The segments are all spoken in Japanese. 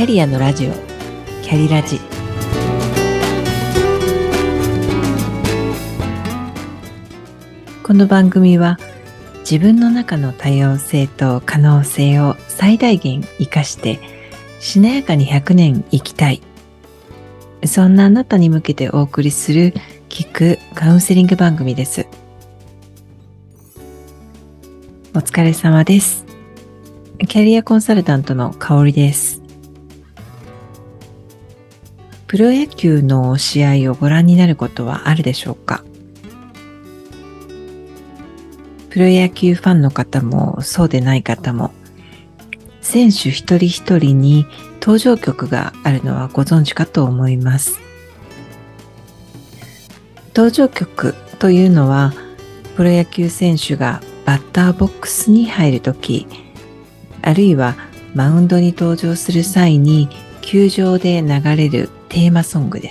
キャリアのラジオ、キャリラジ。この番組は自分の中の多様性と可能性を最大限生かしてしなやかに100年生きたい、そんなあなたに向けてお送りする聞くカウンセリング番組です。お疲れ様です。キャリアコンサルタントの香織です。プロ野球の試合をご覧になることはあるでしょうか？プロ野球ファンの方もそうでない方も、選手一人一人に登場曲があるのはご存知かと思います。登場曲というのは、プロ野球選手がバッターボックスに入るとき、あるいはマウンドに登場する際に球場で流れるテーマソングです。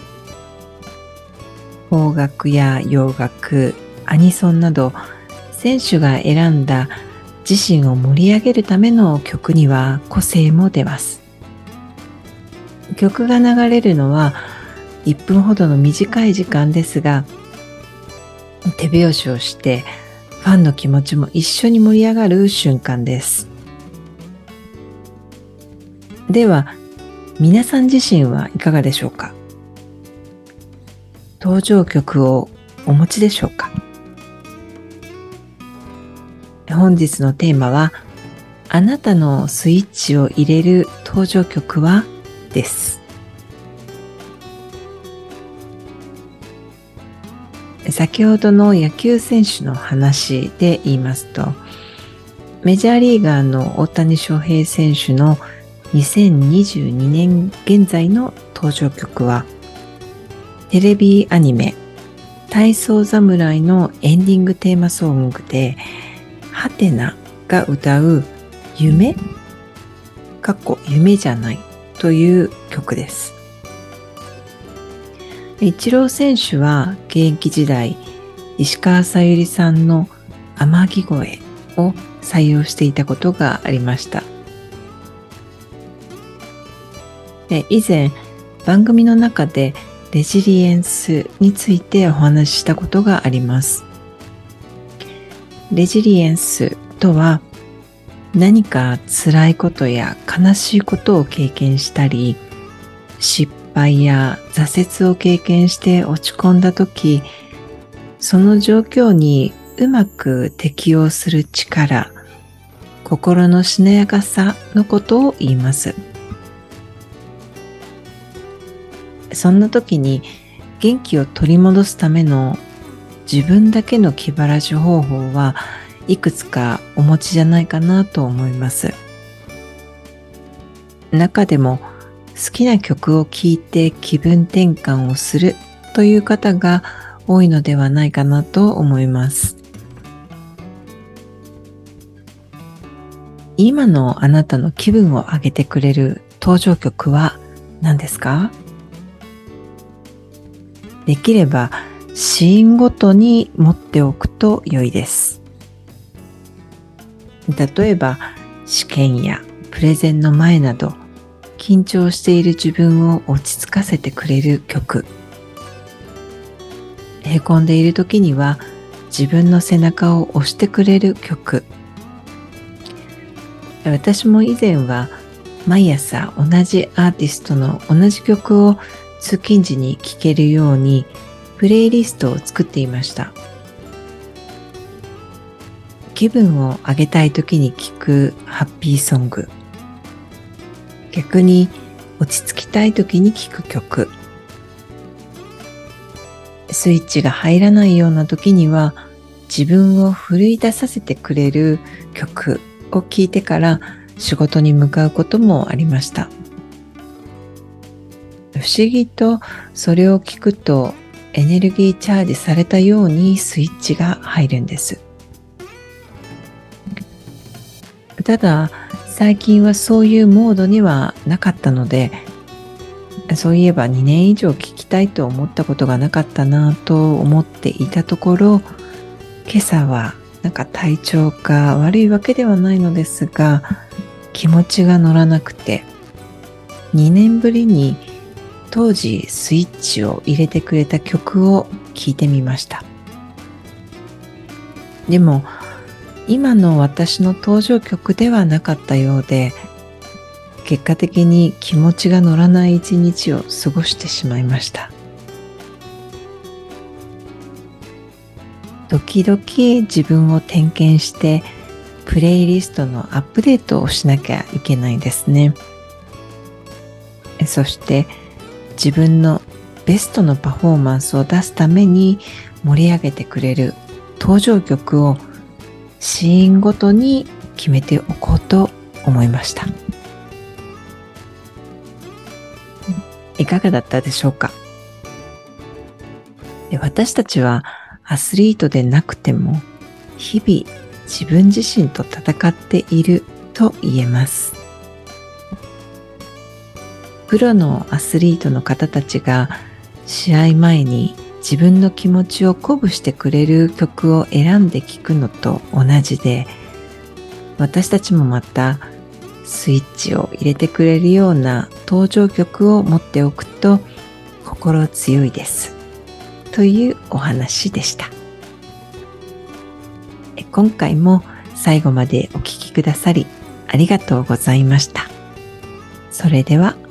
邦楽や洋楽、アニソンなど、選手が選んだ自身を盛り上げるための曲には個性も出ます。曲が流れるのは1分ほどの短い時間ですが、手拍子をしてファンの気持ちも一緒に盛り上がる瞬間です。では、皆さん自身はいかがでしょうか？登場曲をお持ちでしょうか？本日のテーマは、あなたのスイッチを入れる登場曲はです。先ほどの野球選手の話で言いますと、メジャーリーガーの大谷翔平選手の2022年現在の登場曲は、テレビアニメ体操侍のエンディングテーマソングで、ハテナが歌う夢夢じゃないという曲です。イチロー選手は現役時代、石川さゆりさんの天城越えを採用していたことがありました。以前番組の中でレジリエンスについてお話ししたことがあります。レジリエンスとは、何か辛いことや悲しいことを経験したり、失敗や挫折を経験して落ち込んだとき、その状況にうまく適応する力、心のしなやかさのことを言います。そんな時に元気を取り戻すための自分だけの気晴らし方法はいくつかお持ちじゃないかなと思います。中でも好きな曲を聴いて気分転換をするという方が多いのではないかなと思います。今のあなたの気分を上げてくれる登場曲は何ですか？できればシーンごとに持っておくと良いです。例えば試験やプレゼンの前など、緊張している自分を落ち着かせてくれる曲。へこんでいる時には自分の背中を押してくれる曲。私も以前は毎朝同じアーティストの同じ曲を通勤時に聴けるようにプレイリストを作っていました。気分を上げたい時に聴くハッピーソング。逆に落ち着きたい時に聴く曲。スイッチが入らないような時には自分を奮い出させてくれる曲を聴いてから仕事に向かうこともありました。不思議とそれを聞くとエネルギーチャージされたようにスイッチが入るんです。ただ最近はそういうモードにはなかったので、そういえば2年以上聞きたいと思ったことがなかったなと思っていたところ、今朝は体調が悪いわけではないのですが、気持ちが乗らなくて、 2年ぶりに当時スイッチを入れてくれた曲を聴いてみました。でも今の私の登場曲ではなかったようで、結果的に気持ちが乗らない一日を過ごしてしまいました。時々自分を点検してプレイリストのアップデートをしなきゃいけないですね。そして自分のベストのパフォーマンスを出すために盛り上げてくれる登場曲をシーンごとに決めておこうと思いました。いかがだったでしょうか。私たちはアスリートでなくても日々自分自身と戦っていると言えます。プロのアスリートの方たちが試合前に自分の気持ちを鼓舞してくれる曲を選んで聴くのと同じで、私たちもまたスイッチを入れてくれるような登場曲を持っておくと心強いですというお話でした。今回も最後までお聞きくださりありがとうございました。それでは